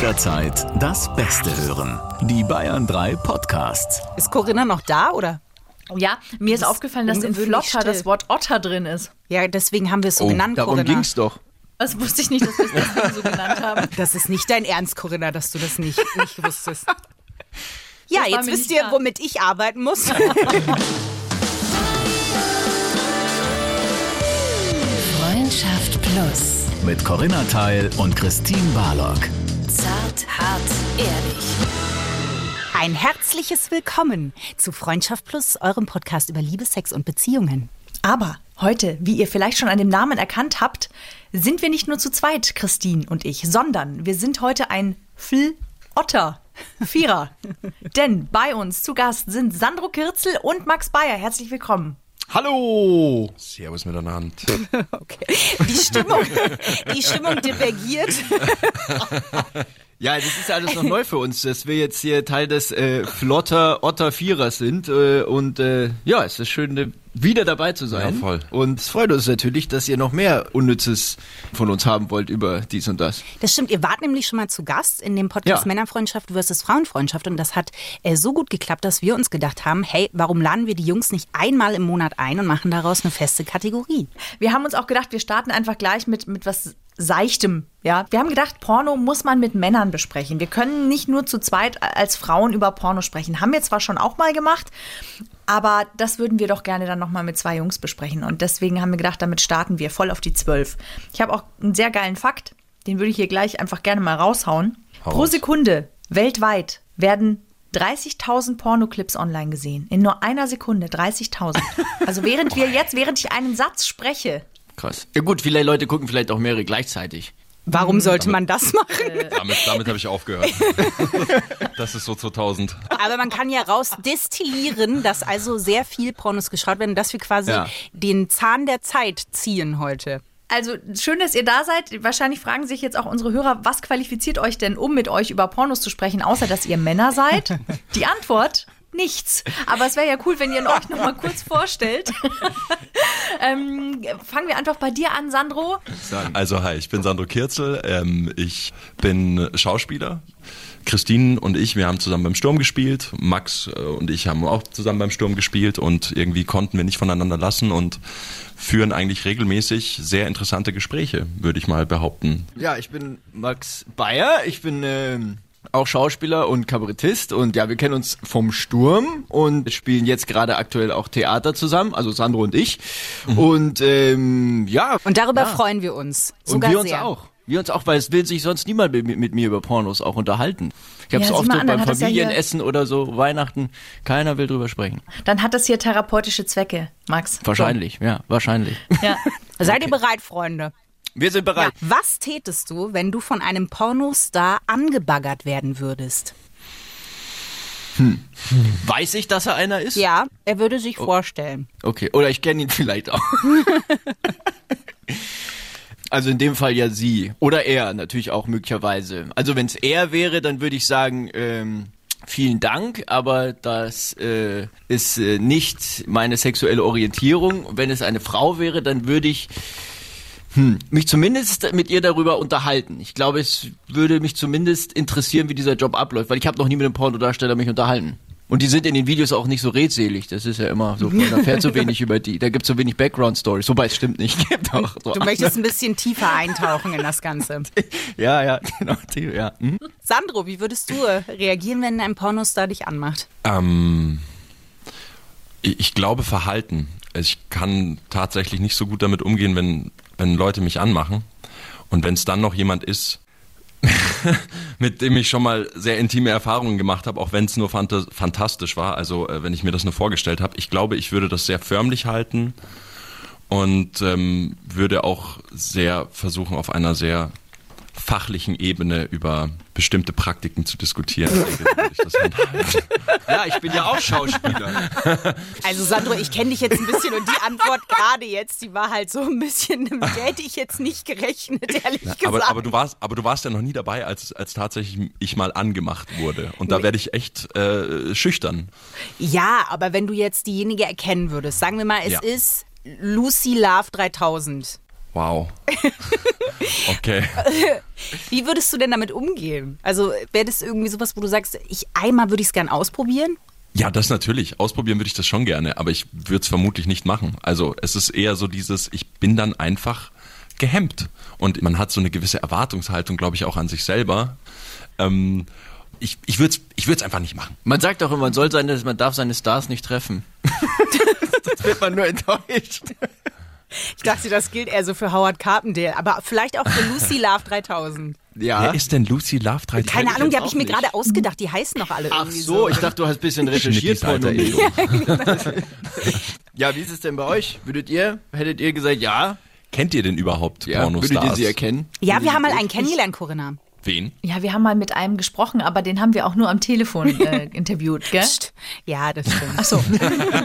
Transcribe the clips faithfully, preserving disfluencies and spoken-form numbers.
Jederzeit das Beste hören. Die Bayern drei Podcasts. Ist Corinna noch da, oder? Ja, mir ist aufgefallen, dass im Flotter das Wort Otter drin ist. Ja, deswegen haben wir es so oh, genannt, darum Corinna. Darum ging's doch. Das wusste ich nicht, dass wir es deswegen so genannt haben. Das ist nicht dein Ernst, Corinna, dass du das nicht, nicht wusstest. Ja, jetzt wisst ihr, klar. womit ich arbeiten muss. Freundschaft Plus. Mit Corinna Teil und Christine Barlock. Zart, hart, ehrlich. Ein herzliches Willkommen zu Freundschaft Plus, eurem Podcast über Liebe, Sex und Beziehungen. Aber heute, wie ihr vielleicht schon an dem Namen erkannt habt, sind wir nicht nur zu zweit, Christine und ich, sondern wir sind heute ein Fl-Otter. Vierer. Denn bei uns zu Gast sind Sandro Kirzel und Max Bayer. Herzlich willkommen. Hallo! Servus miteinander. Okay. Die Stimmung, die Stimmung divergiert. Ja, das ist alles noch neu für uns, dass wir jetzt hier Teil des äh, Flotter Otter Vierers sind. Äh, und äh, ja, es ist schön, äh, wieder dabei zu sein. Ja, voll. Und es freut uns natürlich, dass ihr noch mehr Unnützes von uns haben wollt über dies und das. Das stimmt, ihr wart nämlich schon mal zu Gast in dem Podcast Ja. Männerfreundschaft versus Frauenfreundschaft. Und das hat äh, so gut geklappt, dass wir uns gedacht haben, hey, warum laden wir die Jungs nicht einmal im Monat ein und machen daraus eine feste Kategorie? Wir haben uns auch gedacht, wir starten einfach gleich mit, mit was Seichtem. Ja? Wir haben gedacht, Porno muss man mit Männern besprechen. Wir können nicht nur zu zweit als Frauen über Porno sprechen. Haben wir zwar schon auch mal gemacht, aber das würden wir doch gerne dann nochmal mit zwei Jungs besprechen. Und deswegen haben wir gedacht, damit starten wir voll auf die zwölf. Ich habe auch einen sehr geilen Fakt, den würde ich hier gleich einfach gerne mal raushauen. Haus. Pro Sekunde weltweit werden dreißigtausend Pornoclips online gesehen. In nur einer Sekunde dreißigtausend. Also während wir jetzt, während ich einen Satz spreche. Krass. Ja gut, viele Leute gucken vielleicht auch mehrere gleichzeitig. Warum sollte man das machen? Damit, damit habe ich aufgehört. Das ist so zweitausend. Aber man kann ja rausdestillieren, dass also sehr viel Pornos geschaut werden, dass wir quasi Ja. den Zahn der Zeit ziehen heute. Also schön, dass ihr da seid. Wahrscheinlich fragen sich jetzt auch unsere Hörer, was qualifiziert euch denn, um mit euch über Pornos zu sprechen, außer dass ihr Männer seid? Die Antwort: nichts. Aber es wäre ja cool, wenn ihr euch noch mal kurz vorstellt. ähm, fangen wir einfach bei dir an, Sandro. Also hi, ich bin Sandro Kirzel. Ähm, ich bin Schauspieler. Christine und ich, wir haben zusammen beim Sturm gespielt. Max äh, und ich haben auch zusammen beim Sturm gespielt und irgendwie konnten wir nicht voneinander lassen und führen eigentlich regelmäßig sehr interessante Gespräche, würde ich mal behaupten. Ja, ich bin Max Bayer. Ich bin ähm, auch Schauspieler und Kabarettist. Und ja, wir kennen uns vom Sturm und spielen jetzt gerade aktuell auch Theater zusammen. Also Sandro und ich. Mhm. Und ähm, ja. Und darüber ja. freuen wir uns. Und Sogar wir uns sehr. auch. Wir uns auch, weil es will sich sonst niemand mit, mit mir über Pornos auch unterhalten. Ich habe es Ja, sieh oft mal so an, dann beim hat das ja hier- Familienessen oder so, Weihnachten, keiner will drüber sprechen. Dann hat das hier therapeutische Zwecke, Max. Wahrscheinlich, ja, wahrscheinlich. So. Ja. Seid ihr bereit, Freunde? Wir sind bereit. Ja. Was tätest du, wenn du von einem Pornostar angebaggert werden würdest? Weiß ich, dass er einer ist? Ja, er würde sich vorstellen. Okay, oder ich kenne ihn vielleicht auch. Also in dem Fall ja sie. Oder er natürlich auch möglicherweise. Also wenn es er wäre, dann würde ich sagen, ähm, vielen Dank, aber das äh, ist äh, nicht meine sexuelle Orientierung. Wenn es eine Frau wäre, dann würde ich hm, mich zumindest mit ihr darüber unterhalten. Ich glaube, es würde mich zumindest interessieren, wie dieser Job abläuft, weil ich habe noch nie mit einem Pornodarsteller mich unterhalten. Und die sind in den Videos auch nicht so redselig. Das ist ja immer so, man erfährt so wenig über die. Da gibt es so wenig Background-Stories. Wobei es stimmt nicht. Gibt auch so. Du möchtest ein bisschen tiefer eintauchen in das Ganze. Ja, ja, genau. Ja. Hm? Sandro, wie würdest du äh, reagieren, wenn ein Pornostar dich anmacht? Ähm, ich, ich glaube Verhalten. Ich kann tatsächlich nicht so gut damit umgehen, wenn, wenn Leute mich anmachen. Und wenn es dann noch jemand ist, mit dem ich schon mal sehr intime Erfahrungen gemacht habe, auch wenn es nur fanta- fantastisch war, also äh, wenn ich mir das nur vorgestellt habe. Ich glaube, ich würde das sehr förmlich halten und ähm, würde auch sehr versuchen, auf einer sehr fachlichen Ebene über bestimmte Praktiken zu diskutieren. Ich das Ja, ich bin ja auch Schauspieler. Also Sandro, ich kenne dich jetzt ein bisschen und die Antwort gerade jetzt, die war halt so ein bisschen, mit der hätte ich jetzt nicht gerechnet, ehrlich Ja, gesagt. aber, aber, du warst, aber du warst ja noch nie dabei, als, als tatsächlich ich mal angemacht wurde. Und da werde ich echt äh, schüchtern. Ja, aber wenn du jetzt diejenige erkennen würdest, sagen wir mal, es Ja. ist Lucy Love dreitausend. Wow. Okay. Wie würdest du denn damit umgehen? Also wäre das irgendwie sowas, wo du sagst, ich einmal würde ich es gern ausprobieren? Ja, das natürlich. Ausprobieren würde ich das schon gerne, aber ich würde es vermutlich nicht machen. Also es ist eher so dieses, ich bin dann einfach gehemmt. Und man hat so eine gewisse Erwartungshaltung, glaube ich, auch an sich selber. Ähm, ich ich würde es ich würd's einfach nicht machen. Man sagt auch immer, man soll seine, man darf seine Stars nicht treffen. Sonst wird man nur enttäuscht. Ich dachte, das gilt eher so für Howard Carpendale, aber vielleicht auch für Lucy Love dreitausend. Ja. Wer ist denn Lucy Love dreitausend? Keine Ahnung, die habe ich mir auch nicht. gerade ausgedacht. Die heißen doch alle Ach irgendwie so, ich dachte, du hast ein bisschen recherchiert. Schnittis alter Porno. Ego. Ja, wie ist es denn bei euch? Würdet ihr, hättet ihr gesagt, ja? Kennt ihr denn überhaupt Ja, würdet ihr Pornostars? sie erkennen? Ja, wir Würdet haben mal ihr- einen kennengelernt, Corinna. Wen? Ja, wir haben mal mit einem gesprochen, aber den haben wir auch nur am Telefon äh, interviewt, gell? Psst. Ja, das stimmt. Ach so.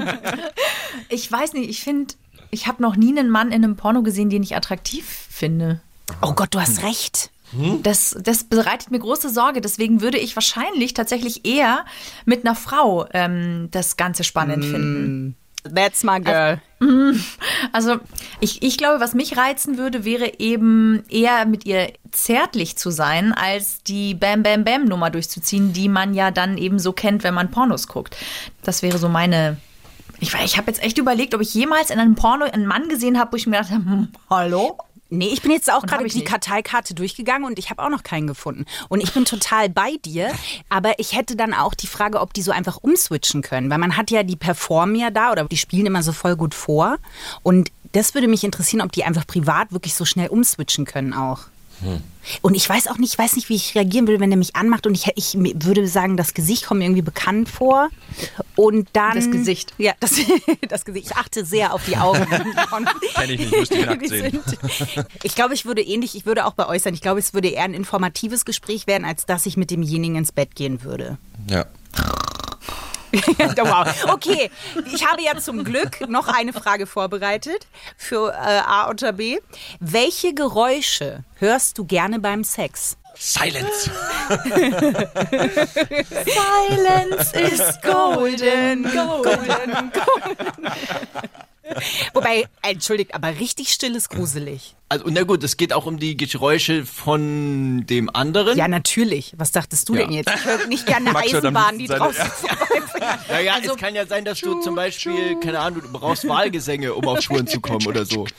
Ich weiß nicht, ich finde, ich habe noch nie einen Mann in einem Porno gesehen, den ich attraktiv finde. Oh Gott, du hast recht. Das, das bereitet mir große Sorge. Deswegen würde ich wahrscheinlich tatsächlich eher mit einer Frau ähm, das Ganze spannend finden. That's my girl. Also ich, ich glaube, was mich reizen würde, wäre eben eher mit ihr zärtlich zu sein, als die Bam-Bam-Bam-Nummer durchzuziehen, die man ja dann eben so kennt, wenn man Pornos guckt. Das wäre so meine... Ich, weiß, ich habe jetzt echt überlegt, ob ich jemals in einem Porno einen Mann gesehen habe, wo ich mir gedacht habe, hm, hallo? Nee, ich bin jetzt auch Und gerade hab ich die nicht. Karteikarte durchgegangen und ich habe auch noch keinen gefunden. Und ich bin total bei dir, aber ich hätte dann auch die Frage, ob die so einfach umswitchen können. Weil man hat ja, die performen ja da oder die spielen immer so voll gut vor. Und das würde mich interessieren, ob die einfach privat wirklich so schnell umswitchen können auch. Hm. Und ich weiß auch nicht, ich weiß nicht, wie ich reagieren würde, wenn der mich anmacht und ich, ich würde sagen, das Gesicht kommt mir irgendwie bekannt vor. Und dann... Das Gesicht. Ja, das, das Gesicht. Ich achte sehr auf die Augen. Kenn ich nicht, müsste ich nackt Die sehen. sind- Ich glaube, ich würde ähnlich, ich würde auch bei euch sein. Ich glaube, es würde eher ein informatives Gespräch werden, als dass ich mit demjenigen ins Bett gehen würde. Ja. Wow. Okay, ich habe ja zum Glück noch eine Frage vorbereitet für äh, A oder B. Welche Geräusche hörst du gerne beim Sex? Silence! Silence is golden, golden. Wobei, entschuldigt, aber richtig still ist gruselig. Also, und na gut, es geht auch um die Geräusche von dem anderen. Ja, natürlich. Was dachtest du Ja. denn jetzt? Ich höre nicht gerne eine Max hört am Eisenbahn, die liebsten draußen seine- vorbeifährt. Naja, es kann ja sein, dass du zum Beispiel, keine Ahnung, du brauchst Wahlgesänge, um auf Spuren zu kommen oder so.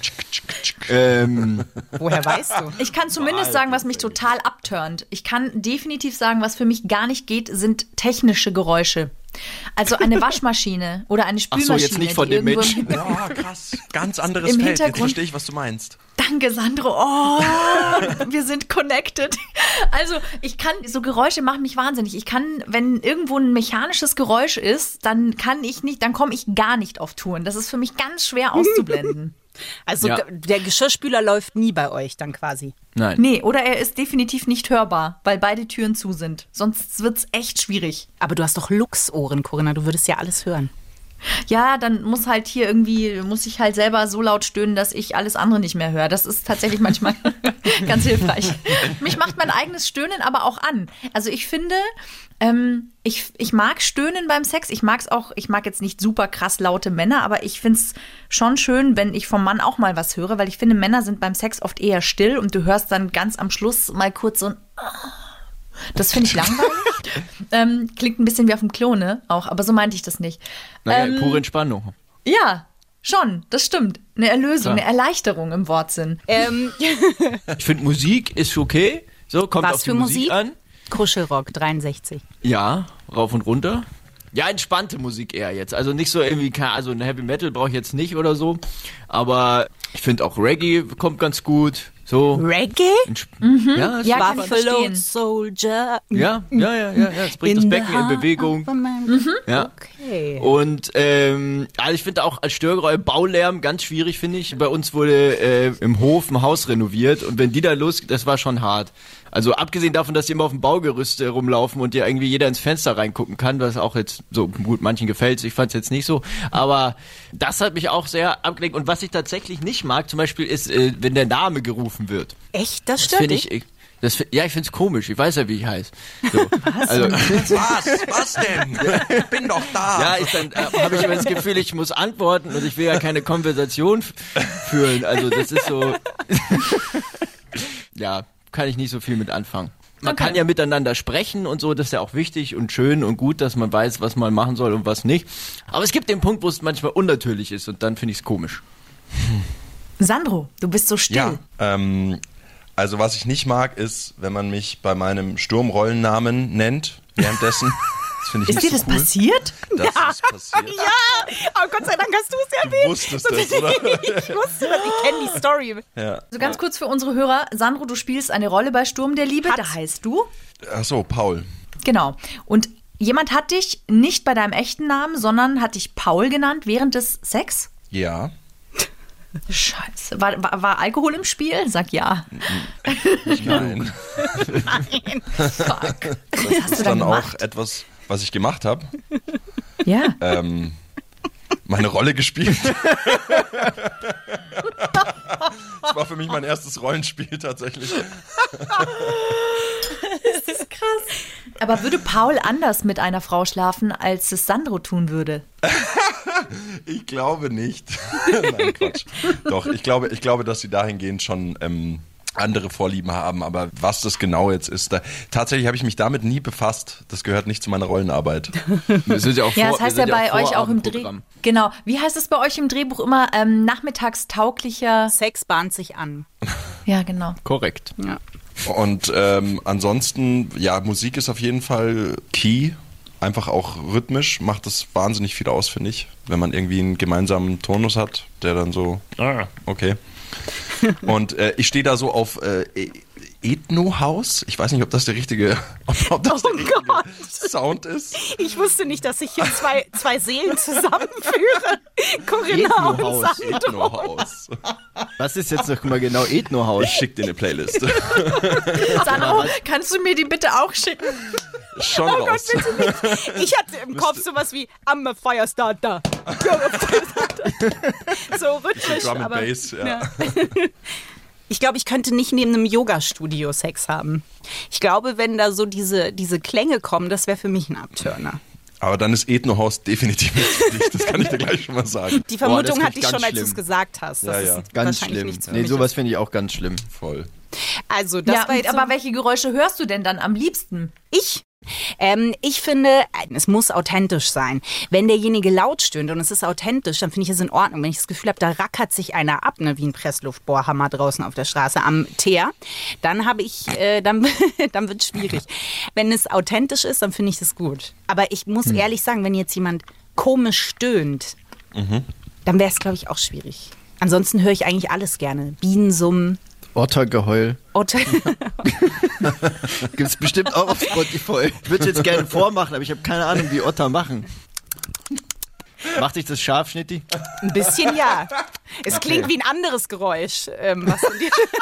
Ähm, Woher weißt du? Ich kann zumindest sagen, was mich total abturnt. Ich kann definitiv sagen, was für mich gar nicht geht, sind technische Geräusche. Also eine Waschmaschine oder eine ach Spülmaschine. so, jetzt nicht von die dem irgendwo Menschen. im- Boah, krass. Ganz anderes Im Feld. Jetzt Hintergrund- verstehe ich, was du meinst. Danke, Sandro. Oh, wir sind connected. Also, ich kann, so Geräusche machen mich wahnsinnig. Ich kann, wenn irgendwo ein mechanisches Geräusch ist, dann kann ich nicht, dann komme ich gar nicht auf Touren. Das ist für mich ganz schwer auszublenden. Also Ja. der Geschirrspüler läuft nie bei euch dann quasi. Nein. Nee, oder er ist definitiv nicht hörbar, weil beide Türen zu sind. Sonst wird's echt schwierig. Aber du hast doch Luchsohren, Corinna. Du würdest ja alles hören. Ja, dann muss halt hier irgendwie, muss ich halt selber so laut stöhnen, dass ich alles andere nicht mehr höre. Das ist tatsächlich manchmal ganz hilfreich. Mich macht mein eigenes Stöhnen aber auch an. Also ich finde, ähm, ich, ich mag Stöhnen beim Sex. Ich mag es auch, ich mag jetzt nicht super krass laute Männer, aber ich finde es schon schön, wenn ich vom Mann auch mal was höre, weil ich finde, Männer sind beim Sex oft eher still und du hörst dann ganz am Schluss mal kurz so ein Das finde ich langweilig. ähm, klingt ein bisschen wie auf dem Klo, ne? Auch, aber so meinte ich das nicht. Naja, Ähm, pure Entspannung. Ja, schon, das stimmt. Eine Erlösung, Klar. eine Erleichterung im Wortsinn. Ähm, Ich finde, Musik ist okay. So, kommt was auf die für Musik? Musik an. Kuschelrock dreiundsechzig. Ja, rauf und runter. Ja, entspannte Musik eher jetzt. Also nicht so irgendwie, keine- also ein Heavy Metal brauche ich jetzt nicht oder so. Aber ich finde auch Reggae kommt ganz gut. So. Reggae? Entsp- Mhm. Ja, ist Ja, so kann ich entspannt. verstehen. Buffalo Soldier. ja, ja, ja, ja, ja. Es bringt das In Becken the in heart Bewegung. of my- Ja. Okay. Und ähm, also ich finde auch als Störgeräusch Baulärm ganz schwierig, finde ich. Bei uns wurde äh, im Hof ein Haus renoviert und wenn die da los, das war schon hart. Also abgesehen davon, dass die immer auf dem Baugerüst äh, rumlaufen und ja irgendwie jeder ins Fenster reingucken kann, was auch jetzt so gut manchen gefällt, ich fand es jetzt nicht so, aber das hat mich auch sehr abgelenkt. Und was ich tatsächlich nicht mag, zum Beispiel ist, äh, wenn der Name gerufen wird. Echt? Das Das stört finde dich? ich, das, fi- ja, ich finde es komisch. Ich weiß ja, wie ich heiße. So, also, Was? Was denn? Bin doch da. ja, ich dann äh, habe ich immer das Gefühl, ich muss antworten und ich will ja keine Konversation f- aufführen. Also das ist so, ja, kann ich nicht so viel mit anfangen. Man Okay. kann ja miteinander sprechen und so, das ist ja auch wichtig und schön und gut, dass man weiß, was man machen soll und was nicht. Aber es gibt den Punkt, wo es manchmal unnatürlich ist und dann finde ich es komisch. Sandro, du bist so still. Ja, ähm, also was ich nicht mag, ist, wenn man mich bei meinem Sturmrollennamen nennt, währenddessen. Das finde ich Ist dir nicht das so cool. passiert? Das ist passiert. Oh Gott sei Dank hast du es Du erwähnt. wusstest das, oder? Ich wusste das, ich kenne die Story. Ja. Also ganz kurz für unsere Hörer. Sandro, du spielst eine Rolle bei Sturm der Liebe. Hat. Da heißt du. Ach so, Paul. Genau. Und jemand hat dich nicht bei deinem echten Namen, sondern hat dich Paul genannt während des Sex? Ja. Scheiße. War, war, war Alkohol im Spiel? Sag ja. Nein. Nein. Fuck. Was hast Das du ist dann dann auch gemacht? etwas, was ich gemacht habe. Ja. Ähm, meine Rolle gespielt. Das war für mich mein erstes Rollenspiel tatsächlich. Das ist krass. Aber würde Paul anders mit einer Frau schlafen, als es Sandro tun würde? Ich glaube nicht. Nein, Quatsch. Doch, ich glaube, ich glaube, dass sie dahingehend schon ähm, andere Vorlieben haben. Aber was das genau jetzt ist, da, tatsächlich habe ich mich damit nie befasst. Das gehört nicht zu meiner Rollenarbeit. Das ist ja auch Ja, vor- das heißt wir ja sind bei euch auch im Dreh. Vorabendprogramm. Genau. Wie heißt es bei euch im Drehbuch immer? Ähm, nachmittagstauglicher. Sex bahnt sich an. Ja, genau. Korrekt. Ja. Und ähm, ansonsten, ja, Musik ist auf jeden Fall key. Einfach auch rhythmisch macht das wahnsinnig viel aus, finde ich. Wenn man irgendwie einen gemeinsamen Tonus hat, der dann so, ah, okay. Und äh, ich stehe da so auf äh, E- Ethno-House. Ich weiß nicht, ob das der richtige, ob, ob das Oh der richtige Gott. Sound ist. Ich wusste nicht, dass ich hier zwei, zwei Seelen zusammenführe. Corinna und Ethno-Haus. Sandro. Ethno-House. Was ist jetzt noch mal genau Ethno-Haus? Ich schick dir eine Playlist. Sandro, kannst du mir die bitte auch schicken? Schon Oh Gott, raus. bitte nicht. Ich hatte im Kopf sowas wie I'm a Firestarter. So rhythmisch. Drum and aber, Bass, ja. Ich glaube, ich könnte nicht neben einem Yoga-Studio Sex haben. Ich glaube, wenn da so diese, diese Klänge kommen, das wäre für mich ein Abturner. Aber dann ist Ethno-House definitiv nicht für dich. Das kann ich dir gleich schon mal sagen. Die Boah, Vermutung das hatte klingt ich schon, ganz als du schlimm. es gesagt hast. Das Ja, ja. ist Ganz wahrscheinlich schlimm. nichts für Nee, mich sowas ist. finde ich auch ganz schlimm. Voll. Also, das Ja, war jetzt aber so welche Geräusche hörst du denn dann am liebsten? ich. Ähm, ich finde, es muss authentisch sein. Wenn derjenige laut stöhnt und es ist authentisch, dann finde ich es in Ordnung. Wenn ich das Gefühl habe, da rackert sich einer ab, ne, wie ein Pressluftbohrhammer draußen auf der Straße am Teer, dann habe ich, äh, dann, dann wird es schwierig. Wenn es authentisch ist, dann finde ich das gut. Aber ich muss ehrlich sagen, wenn jetzt jemand komisch stöhnt, dann wäre es, glaube ich, auch schwierig. Ansonsten höre ich eigentlich alles gerne. Bienensummen, Ottergeheul. Otter. Gibt's bestimmt auch auf Spotify. Ich würde es jetzt gerne vormachen, aber ich habe keine Ahnung, wie Otter machen. Macht dich das scharf, Schnitti? Ein bisschen ja. Es klingt wie ein anderes Geräusch. Ähm, was in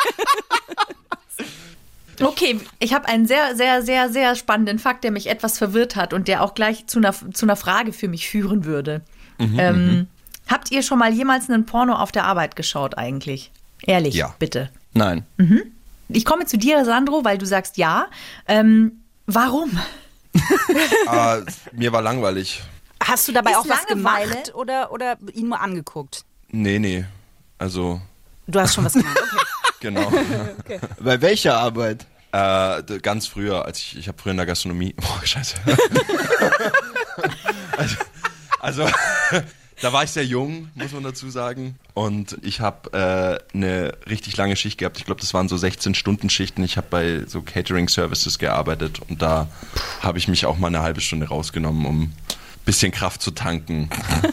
dir Okay, ich habe einen sehr, sehr, sehr, sehr spannenden Fakt, der mich etwas verwirrt hat und der auch gleich zu einer, zu einer Frage für mich führen würde. Mhm, ähm, habt ihr schon mal jemals einen Porno auf der Arbeit geschaut eigentlich? Ehrlich, Ja. bitte. Nein. Ich komme zu dir, Sandro, weil du sagst ja. Ähm, warum? Ah, mir war langweilig. Hast du dabei Ist auch was Langeweile- gemacht oder, oder ihn nur angeguckt? Nee, nee. Also, Du hast schon was gemacht, okay. genau. Bei welcher Arbeit? Äh, d- ganz früher, als ich, ich habe früher in der Gastronomie, boah, scheiße. also, also da war ich sehr jung, muss man dazu sagen. Und ich habe äh, eine richtig lange Schicht gehabt. Ich glaube, das waren so sechzehn-Stunden-Schichten. Ich habe bei so Catering-Services gearbeitet. Und da habe ich mich auch mal eine halbe Stunde rausgenommen, um ein bisschen Kraft zu tanken.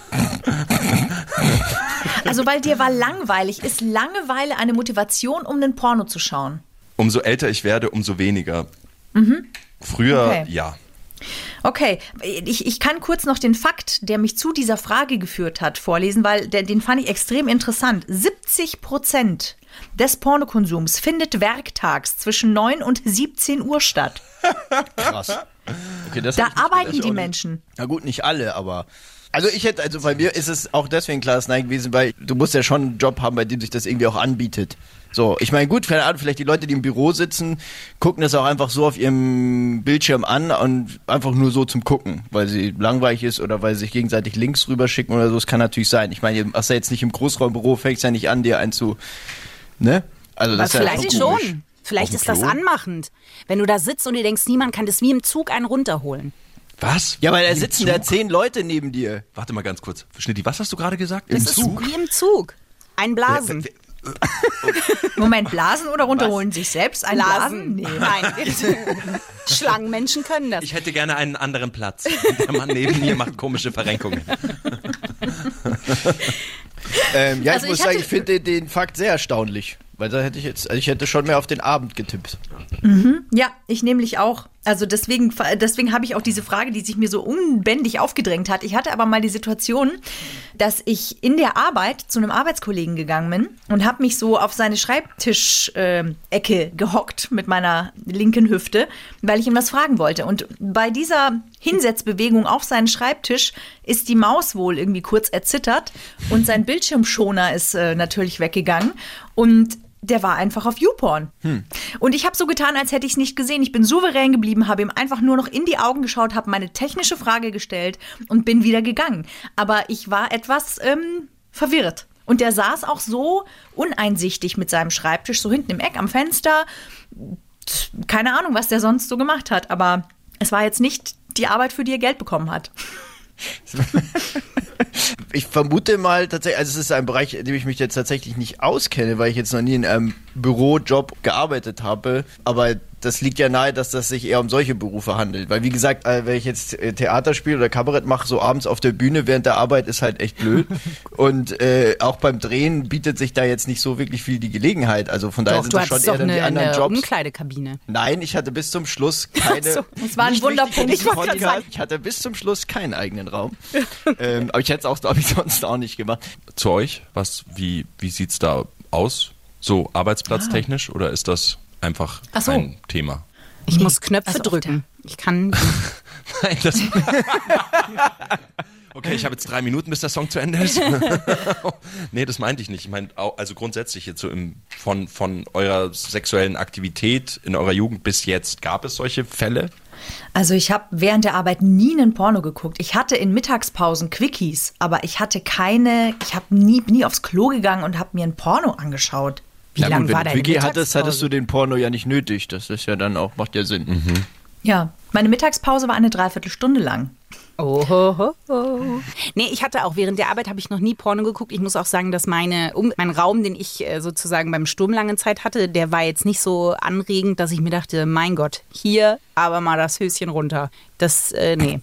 Also, weil dir war langweilig. Ist Langeweile eine Motivation, um einen Porno zu schauen? Umso älter ich werde, umso weniger. Früher, Okay. ja. Okay, ich, ich kann kurz noch den Fakt, der mich zu dieser Frage geführt hat, vorlesen, weil der, den fand ich extrem interessant. siebzig Prozent des Pornokonsums findet werktags zwischen neun und siebzehn Uhr statt. Krass. Okay, das Da hab ich nicht arbeiten gedacht. die Menschen. Na gut, nicht alle, aber. Also ich hätte, also bei mir ist es auch deswegen klares Nein gewesen, weil du musst ja schon einen Job haben, bei dem sich das irgendwie auch anbietet. So, ich meine, gut, keine Ahnung, vielleicht die Leute, die im Büro sitzen, gucken das auch einfach so auf ihrem Bildschirm an und einfach nur so zum Gucken, weil sie langweilig ist oder weil sie sich gegenseitig Links rüberschicken oder so. Das kann natürlich sein. Ich meine, du hast ja jetzt nicht im Großraumbüro, fängst ja nicht an, dir einzu... Ne? Also das Aber ist ja vielleicht komisch. schon. Vielleicht Auf dem ist das Klo? anmachend. Wenn du da sitzt und dir denkst, niemand kann das wie im Zug einen runterholen. Was? Ja, weil da Im sitzen Zug? da zehn Leute neben dir. Warte mal ganz kurz. Schnitti, was hast du gerade gesagt? Das Im ist Zug? wie im Zug. Ein Blasen. Moment, Blasen oder runterholen sich selbst? Ein Blasen? Blasen? Nee. Nein. Schlangenmenschen können das. Ich hätte gerne einen anderen Platz. Der Mann neben mir macht komische Verrenkungen. Ähm, ja, Also ich muss ich sagen, hatte- ich finde den, den Fakt sehr erstaunlich. Weil da hätte ich jetzt, also ich hätte schon mehr auf den Abend getippt. Ja, ich nämlich auch. Also deswegen, deswegen habe ich auch diese Frage, die sich mir so unbändig aufgedrängt hat. Ich hatte aber mal die Situation, dass ich in der Arbeit zu einem Arbeitskollegen gegangen bin und habe mich so auf seine Schreibtisch-Ecke gehockt mit meiner linken Hüfte, weil ich ihm was fragen wollte. Und bei dieser Hinsetzbewegung auf seinen Schreibtisch ist die Maus wohl irgendwie kurz erzittert und sein Bildschirmschoner ist äh, natürlich weggegangen und der war einfach auf YouPorn. Hm. Und ich habe so getan, als hätte ich es nicht gesehen. Ich bin souverän geblieben, habe ihm einfach nur noch in die Augen geschaut, habe meine technische Frage gestellt und bin wieder gegangen. Aber ich war etwas ähm, verwirrt. Und der saß auch so uneinsichtig mit seinem Schreibtisch, so hinten im Eck am Fenster. Keine Ahnung, was der sonst so gemacht hat. Aber es war jetzt nicht die Arbeit, für die er Geld bekommen hat. Ich vermute mal tatsächlich, also es ist ein Bereich, in dem ich mich jetzt tatsächlich nicht auskenne, weil ich jetzt noch nie in einem Bürojob gearbeitet habe, aber das liegt ja nahe, dass das sich eher um solche Berufe handelt, weil wie gesagt, wenn ich jetzt Theater spiele oder Kabarett mache, so abends auf der Bühne während der Arbeit ist halt echt blöd und äh, auch beim Drehen bietet sich da jetzt nicht so wirklich viel die Gelegenheit, also von daher Doch, sind du das schon hattest eher doch dann die eine, anderen eine Jobs. Umkleidekabine. Nein, ich hatte bis zum Schluss keine. So, das war ein nicht Wunderpunkt. wichtig für Ich diesen wollte gerade Podcast. sagen. Ich hatte bis zum Schluss keinen eigenen Raum. ähm, aber ich hätte es auch, glaube ich, sonst auch nicht gemacht. Zu euch, was, wie, wie sieht's da aus? So arbeitsplatztechnisch oder ist das einfach Ach so. ein Thema? Ich Nee, muss Knöpfe also auf drücken. Ich kann. Nein, das. Okay, ich habe jetzt drei Minuten, bis der Song zu Ende ist. Nee, das meinte ich nicht. Ich meine, also grundsätzlich jetzt so im, von, von eurer sexuellen Aktivität in eurer Jugend bis jetzt, gab es solche Fälle? Also ich habe während der Arbeit nie einen Porno geguckt. Ich hatte in Mittagspausen Quickies, aber ich hatte keine, ich habe nie, bin nie aufs Klo gegangen und habe mir ein Porno angeschaut. Wie Na lang gut, wenn war du deine Quickie hattest, Mittagspause? hattest du den Porno ja nicht nötig. Das ist ja dann auch, macht ja Sinn. Mhm. Ja, meine Mittagspause war eine Dreiviertelstunde lang. Oh, ho, ho, ho. Nee, ich hatte auch während der Arbeit habe ich noch nie Porno geguckt. Ich muss auch sagen, dass meine, um, mein Raum, den ich äh, sozusagen beim Sturm lange Zeit hatte, der war jetzt nicht so anregend, dass ich mir dachte, mein Gott, hier aber mal das Höschen runter. Das, äh, nee.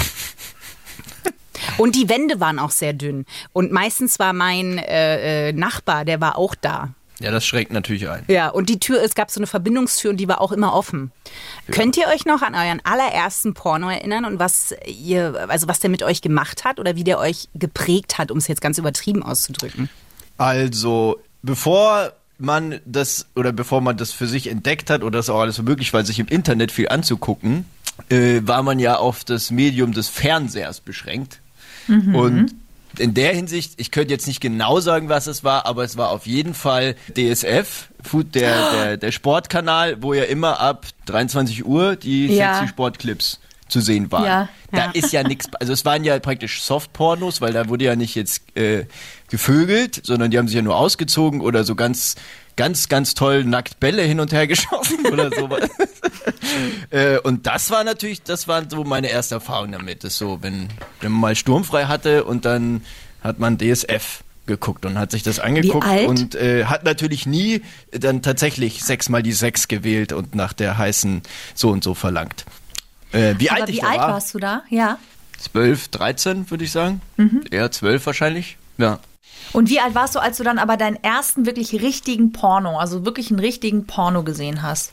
Und die Wände waren auch sehr dünn. Und meistens war mein äh, äh, Nachbar, der war auch da. Ja, das schreckt natürlich ein. Ja, und die Tür, es gab so eine Verbindungstür und die war auch immer offen. Ja. Könnt ihr euch noch an euren allerersten Porno erinnern und was ihr, also was der mit euch gemacht hat oder wie der euch geprägt hat, um es jetzt ganz übertrieben auszudrücken? Also, bevor man das oder bevor man das für sich entdeckt hat oder das auch alles so möglich war, sich im Internet viel anzugucken, äh, war man ja auf das Medium des Fernsehers beschränkt. Mhm. Und in der Hinsicht, ich könnte jetzt nicht genau sagen, was es war, aber es war auf jeden Fall D S F, Food, der, der, der Sportkanal, wo ja immer ab dreiundzwanzig Uhr die Ja. sexy Sportclips zu sehen waren. Ja. Da Ja. ist ja nichts, also es waren ja praktisch Softpornos, weil da wurde ja nicht jetzt äh, gevögelt, sondern die haben sich ja nur ausgezogen oder so ganz, ganz, ganz toll nackt Bälle hin und her geschossen oder sowas. äh, und das war natürlich, das waren so meine erste Erfahrung damit. Das so, wenn, wenn man mal sturmfrei hatte und dann hat man D S F geguckt und hat sich das angeguckt Wie alt? und äh, hat natürlich nie dann tatsächlich sechsmal die sechs gewählt und nach der heißen so und so verlangt. Äh, wie Aber alt ich wie da alt war? warst du da? Ja. zwölf, dreizehn würde ich sagen. Mhm. Eher zwölf wahrscheinlich. Ja. Und wie alt warst du, als du dann aber deinen ersten wirklich richtigen Porno, also wirklich einen richtigen Porno gesehen hast?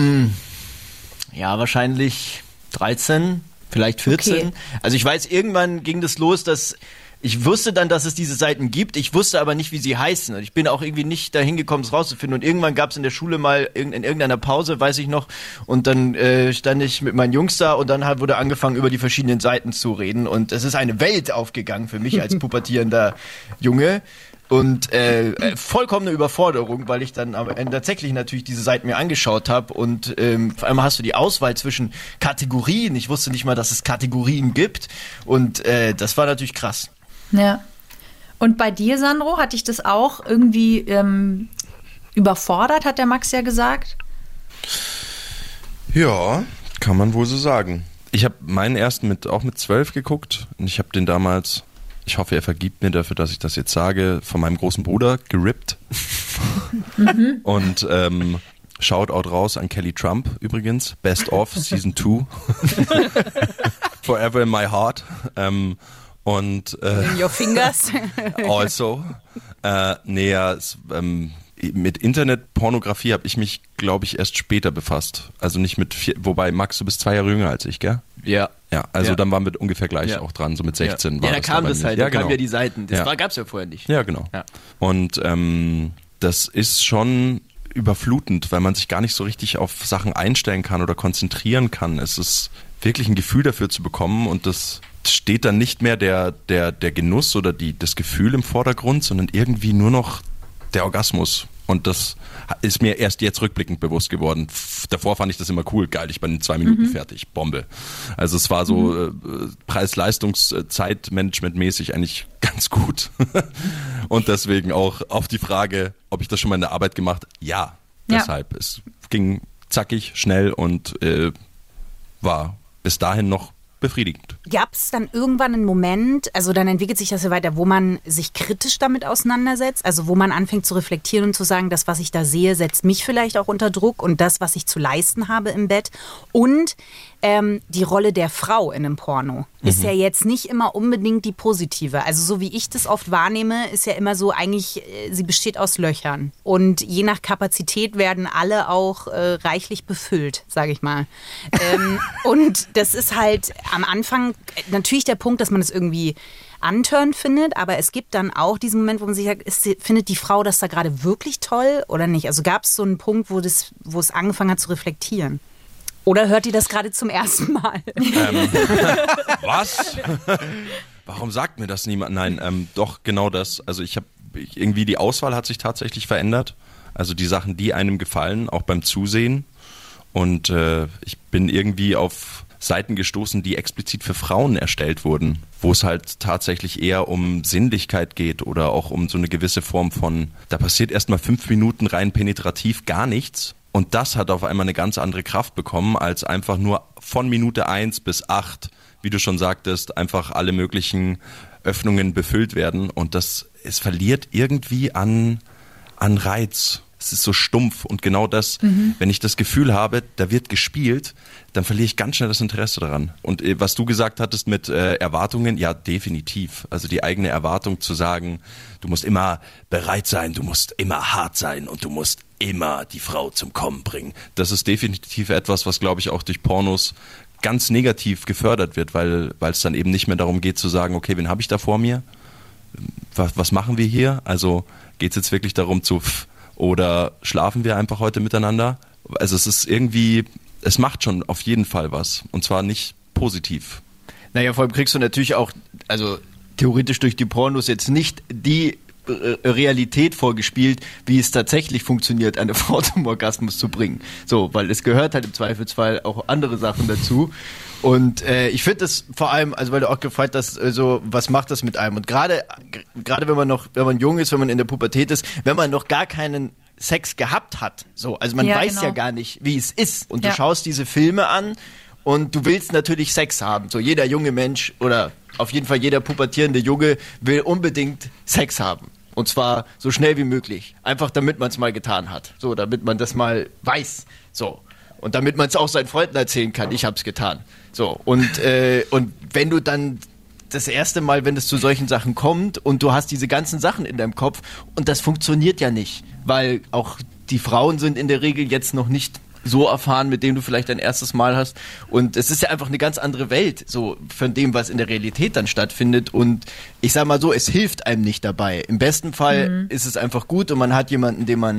Ja, wahrscheinlich dreizehn, vielleicht vierzehn. Okay. Also ich weiß, irgendwann ging das los, dass ich wusste dann, dass es diese Seiten gibt. Ich wusste aber nicht, wie sie heißen. Und ich bin auch irgendwie nicht dahin gekommen, es rauszufinden. Und irgendwann gab es in der Schule mal in irgendeiner Pause, weiß ich noch. Und dann äh, stand ich mit meinen Jungs da und dann halt wurde angefangen, über die verschiedenen Seiten zu reden. Und es ist eine Welt aufgegangen für mich als pubertierender Junge. Und äh, vollkommene Überforderung, weil ich dann am Ende tatsächlich natürlich diese Seiten mir angeschaut habe und ähm, vor allem hast du die Auswahl zwischen Kategorien. Ich wusste nicht mal, dass es Kategorien gibt und äh, das war natürlich krass. Ja. Und bei dir, Sandro, hatte ich das auch irgendwie ähm, überfordert, hat der Max ja gesagt? Ja, kann man wohl so sagen. Ich habe meinen ersten mit auch mit zwölf geguckt und ich habe den damals, ich hoffe, er vergibt mir dafür, dass ich das jetzt sage, von meinem großen Bruder gerippt. Mhm. Und ähm, Shoutout raus an Kelly Trump übrigens, Best of Season two. Forever in my heart. Ähm, und äh, in your fingers. Also. Äh, nee, ja, es, ähm, mit Internetpornografie habe ich mich, glaube ich, erst später befasst. Also nicht mit vier, wobei Max, du bist zwei Jahre jünger als ich, gell? Ja. Ja, also ja. dann waren wir ungefähr gleich ja. auch dran, so mit sechzehn. Ja, war ja da das kam das halt, ja, da genau. kamen ja die Seiten. Das ja. gab es ja vorher nicht. Ja, genau. Ja. Und ähm, das ist schon überflutend, weil man sich gar nicht so richtig auf Sachen einstellen kann oder konzentrieren kann. Es ist wirklich ein Gefühl dafür zu bekommen und das steht dann nicht mehr der, der, der Genuss oder die, das Gefühl im Vordergrund, sondern irgendwie nur noch der Orgasmus. Und das ist mir erst jetzt rückblickend bewusst geworden. Davor fand ich das immer cool, geil, ich bin in zwei Minuten mhm. fertig, Bombe. Also es war so mhm. äh, Preis-Leistungs-Zeitmanagement-mäßig eigentlich ganz gut. Und deswegen auch auf die Frage, ob ich das schon mal in der Arbeit gemacht, ja, ja. deshalb. Es ging zackig, schnell und äh, war bis dahin noch befriedigend. Gab es dann irgendwann einen Moment, also dann entwickelt sich das ja weiter, wo man sich kritisch damit auseinandersetzt, also wo man anfängt zu reflektieren und zu sagen, das, was ich da sehe, setzt mich vielleicht auch unter Druck und das, was ich zu leisten habe im Bett und ähm, die Rolle der Frau in einem Porno mhm. ist ja jetzt nicht immer unbedingt die positive. Also so wie ich das oft wahrnehme, ist ja immer so eigentlich, sie besteht aus Löchern und je nach Kapazität werden alle auch äh, reichlich befüllt, sage ich mal. ähm, und das ist halt am Anfang natürlich der Punkt, dass man es irgendwie antörend findet, aber es gibt dann auch diesen Moment, wo man sich sagt, ist, findet die Frau das da gerade wirklich toll oder nicht? Also gab es so einen Punkt, wo, das, wo es angefangen hat zu reflektieren? Oder hört ihr das gerade zum ersten Mal? Ähm, was? Warum sagt mir das niemand? Nein, ähm, doch genau das. Also ich habe irgendwie die Auswahl hat sich tatsächlich verändert. Also die Sachen, die einem gefallen, auch beim Zusehen. Und äh, ich bin irgendwie auf Seiten gestoßen, die explizit für Frauen erstellt wurden, wo es halt tatsächlich eher um Sinnlichkeit geht oder auch um so eine gewisse Form von, da passiert erstmal fünf Minuten rein penetrativ gar nichts und das hat auf einmal eine ganz andere Kraft bekommen, als einfach nur von Minute eins bis acht, wie du schon sagtest, einfach alle möglichen Öffnungen befüllt werden und das, es verliert irgendwie an, an Reiz. Es ist so stumpf und genau das, mhm. wenn ich das Gefühl habe, da wird gespielt, dann verliere ich ganz schnell das Interesse daran. Und äh, was du gesagt hattest mit äh, Erwartungen, ja definitiv. Also die eigene Erwartung zu sagen, du musst immer bereit sein, du musst immer hart sein und du musst immer die Frau zum Kommen bringen. Das ist definitiv etwas, was glaube ich auch durch Pornos ganz negativ gefördert wird, weil weil es dann eben nicht mehr darum geht zu sagen, okay, wen habe ich da vor mir? Was, was machen wir hier? Also geht es jetzt wirklich darum zu... Oder schlafen wir einfach heute miteinander? Also es ist irgendwie, es macht schon auf jeden Fall was. Und zwar nicht positiv. Naja, vor allem kriegst du natürlich auch, also theoretisch durch die Pornos jetzt nicht die Realität vorgespielt, wie es tatsächlich funktioniert, eine Frau zum Orgasmus zu bringen. So, weil es gehört halt im Zweifelsfall auch andere Sachen dazu. Und äh, ich finde das vor allem, also weil du auch gefragt hast, also was macht das mit einem? Und gerade gerade wenn man noch, wenn man jung ist, wenn man in der Pubertät ist, wenn man noch gar keinen Sex gehabt hat, so, also man ja, weiß genau. ja gar nicht, wie es ist. Und ja. du schaust diese Filme an und du willst natürlich Sex haben. So jeder junge Mensch oder auf jeden Fall jeder pubertierende Junge will unbedingt Sex haben. Und zwar so schnell wie möglich. Einfach damit man es mal getan hat. So, damit man das mal weiß. So. Und damit man es auch seinen Freunden erzählen kann, ich hab's getan. So. Und, äh, und wenn du dann das erste Mal, wenn es zu solchen Sachen kommt und du hast diese ganzen Sachen in deinem Kopf und das funktioniert ja nicht. Weil auch die Frauen sind in der Regel jetzt noch nicht so erfahren, mit dem du vielleicht dein erstes Mal hast. Und es ist ja einfach eine ganz andere Welt, so von dem, was in der Realität dann stattfindet. Und ich sag mal so, es hilft einem nicht dabei. Im besten Fall mhm. ist es einfach gut und man hat jemanden, den man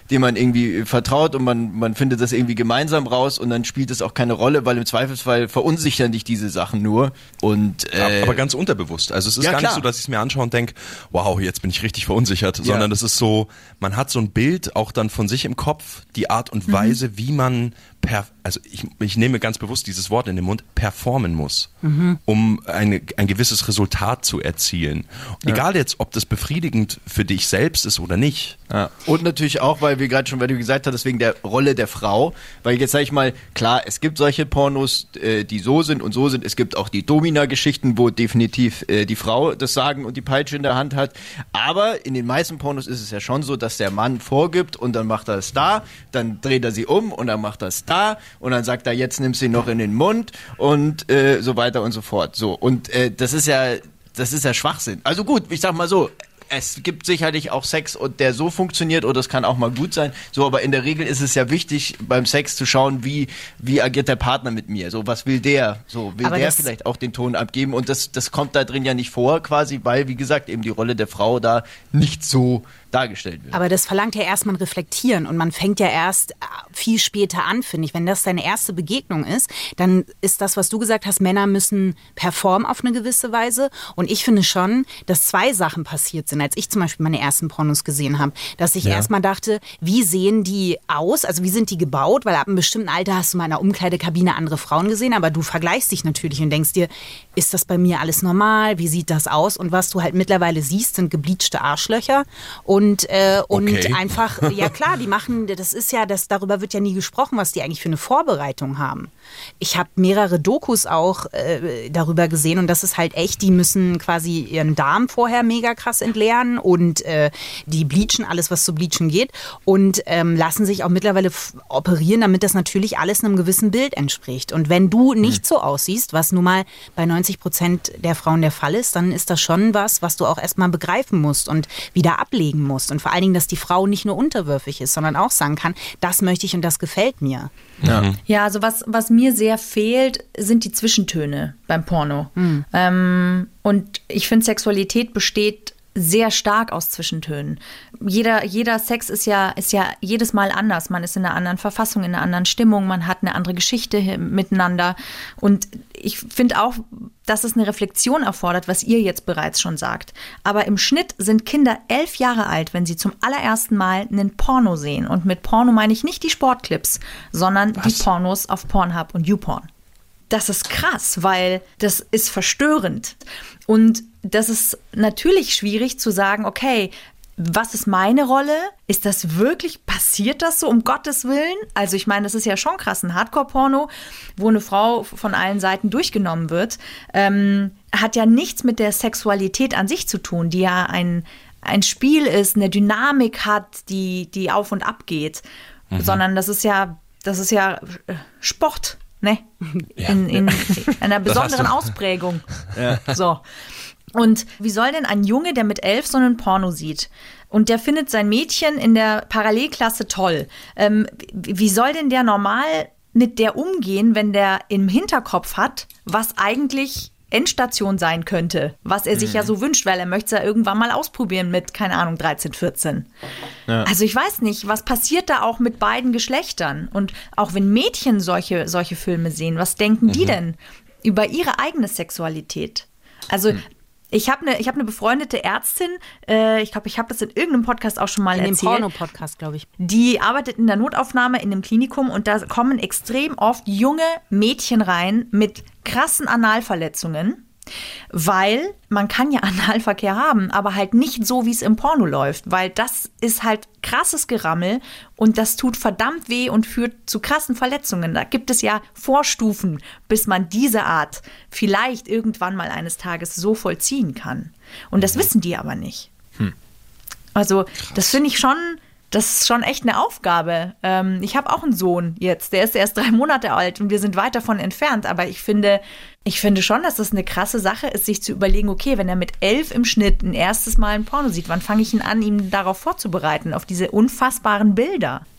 dem man irgendwie vertraut und man, man findet das irgendwie gemeinsam raus und dann spielt es auch keine Rolle, weil im Zweifelsfall verunsichern dich diese Sachen nur. Und, äh, aber ganz unterbewusst. Also es ist ja, gar klar. nicht so, dass ich es mir anschaue und denke, wow, jetzt bin ich richtig verunsichert, ja. sondern es ist so, man hat so ein Bild auch dann von sich im Kopf, die Art und Weise, mhm. wie man per, also ich, ich nehme ganz bewusst dieses Wort in den Mund, performen muss, mhm. um eine, ein gewisses Resultat zu erzielen. Ja. Egal jetzt, ob das befriedigend für dich selbst ist oder nicht. Ja. Und natürlich auch, weil wir gerade schon, weil du gesagt hast, wegen der Rolle der Frau, weil jetzt sage ich mal, klar, es gibt solche Pornos, äh, die so sind und so sind, es gibt auch die Domina-Geschichten, wo definitiv äh, die Frau das Sagen und die Peitsche in der Hand hat, aber in den meisten Pornos ist es ja schon so, dass der Mann vorgibt und dann macht er es da, dann dreht er sie um und dann macht er es da und dann sagt er, jetzt nimmst du ihn noch in den Mund und äh, so weiter und so fort. So, und äh, das ist ja, das ist ja Schwachsinn. Also gut, ich sag mal so, es gibt sicherlich auch Sex, und der so funktioniert, oder es kann auch mal gut sein. So, aber in der Regel ist es ja wichtig, beim Sex zu schauen, wie, wie agiert der Partner mit mir? So, was will der? So, will aber der vielleicht auch den Ton abgeben? Und das, das kommt da drin ja nicht vor, quasi, weil, wie gesagt, eben die Rolle der Frau da nicht so dargestellt wird. Aber das verlangt ja erstmal ein Reflektieren und man fängt ja erst viel später an, finde ich. Wenn das deine erste Begegnung ist, dann ist das, was du gesagt hast, Männer müssen performen auf eine gewisse Weise. Und ich finde schon, dass zwei Sachen passiert sind, als ich zum Beispiel meine ersten Pornos gesehen habe, dass ich ja. erstmal dachte, wie sehen die aus, also wie sind die gebaut, weil ab einem bestimmten Alter hast du mal in einer Umkleidekabine andere Frauen gesehen, aber du vergleichst dich natürlich und denkst dir, ist das bei mir alles normal, wie sieht das aus? Und was du halt mittlerweile siehst, sind gebleachte Arschlöcher und Und, äh, und okay. einfach, ja klar, die machen, das ist ja, das, darüber wird ja nie gesprochen, was die eigentlich für eine Vorbereitung haben. Ich habe mehrere Dokus auch äh, darüber gesehen und das ist halt echt, die müssen quasi ihren Darm vorher mega krass entleeren und äh, die bleachen alles, was zu bleachen geht und ähm, lassen sich auch mittlerweile f- operieren, damit das natürlich alles einem gewissen Bild entspricht. Und wenn du nicht so aussiehst, was nun mal bei neunzig Prozent der Frauen der Fall ist, dann ist das schon was, was du auch erstmal begreifen musst und wieder ablegen musst. Und vor allen Dingen, dass die Frau nicht nur unterwürfig ist, sondern auch sagen kann, das möchte ich und das gefällt mir. Ja, ja also was, was mir sehr fehlt, sind die Zwischentöne beim Porno. Mhm. Ähm, und ich finde, Sexualität besteht sehr stark aus Zwischentönen. Jeder, jeder Sex ist ja, ist ja jedes Mal anders. Man ist in einer anderen Verfassung, in einer anderen Stimmung, man hat eine andere Geschichte miteinander. Und ich finde auch, dass es eine Reflexion erfordert, was ihr jetzt bereits schon sagt. Aber im Schnitt sind Kinder elf Jahre alt, wenn sie zum allerersten Mal einen Porno sehen. Und mit Porno meine ich nicht die Sportclips, sondern was? Die Pornos auf Pornhub und YouPorn. Das ist krass, weil das ist verstörend. Und das ist natürlich schwierig zu sagen, okay, was ist meine Rolle? Ist das wirklich, passiert das so, um Gottes Willen? Also ich meine, das ist ja schon krass, ein Hardcore-Porno, wo eine Frau von allen Seiten durchgenommen wird, ähm, hat ja nichts mit der Sexualität an sich zu tun, die ja ein, ein Spiel ist, eine Dynamik hat, die, die auf und ab geht, mhm. sondern das ist ja, das ist ja Sport. Ne? Ja. In, in, in einer besonderen Ausprägung. Ja. So. Und wie soll denn ein Junge, der mit elf so einen Porno sieht und der findet sein Mädchen in der Parallelklasse toll, ähm, wie soll denn der normal mit der umgehen, wenn der im Hinterkopf hat, was eigentlich Endstation sein könnte, was er sich mhm. ja so wünscht, weil er möchte es ja irgendwann mal ausprobieren mit, keine Ahnung, dreizehn, vierzehn. Ja. Also ich weiß nicht, was passiert da auch mit beiden Geschlechtern? Und auch wenn Mädchen solche, solche Filme sehen, was denken mhm. die denn über ihre eigene Sexualität? Also mhm. Ich habe eine ich hab ne befreundete Ärztin, äh, ich glaube, ich habe das in irgendeinem Podcast auch schon mal in erzählt. In dem Porno-Podcast, glaube ich. Die arbeitet in der Notaufnahme in einem Klinikum und da kommen extrem oft junge Mädchen rein mit krassen Analverletzungen, weil man kann ja Analverkehr haben, aber halt nicht so, wie es im Porno läuft, weil das ist halt krasses Gerammel und das tut verdammt weh und führt zu krassen Verletzungen. Da gibt es ja Vorstufen, bis man diese Art vielleicht irgendwann mal eines Tages so vollziehen kann. Und das wissen die aber nicht. Hm. Also Krass. Das finde ich schon... Das ist schon echt eine Aufgabe. Ähm, ich habe auch einen Sohn jetzt, der ist erst drei Monate alt und wir sind weit davon entfernt. Aber ich finde, ich finde schon, dass das eine krasse Sache ist, sich zu überlegen, okay, wenn er mit elf im Schnitt ein erstes Mal ein Porno sieht, wann fange ich ihn an, ihn darauf vorzubereiten, auf diese unfassbaren Bilder?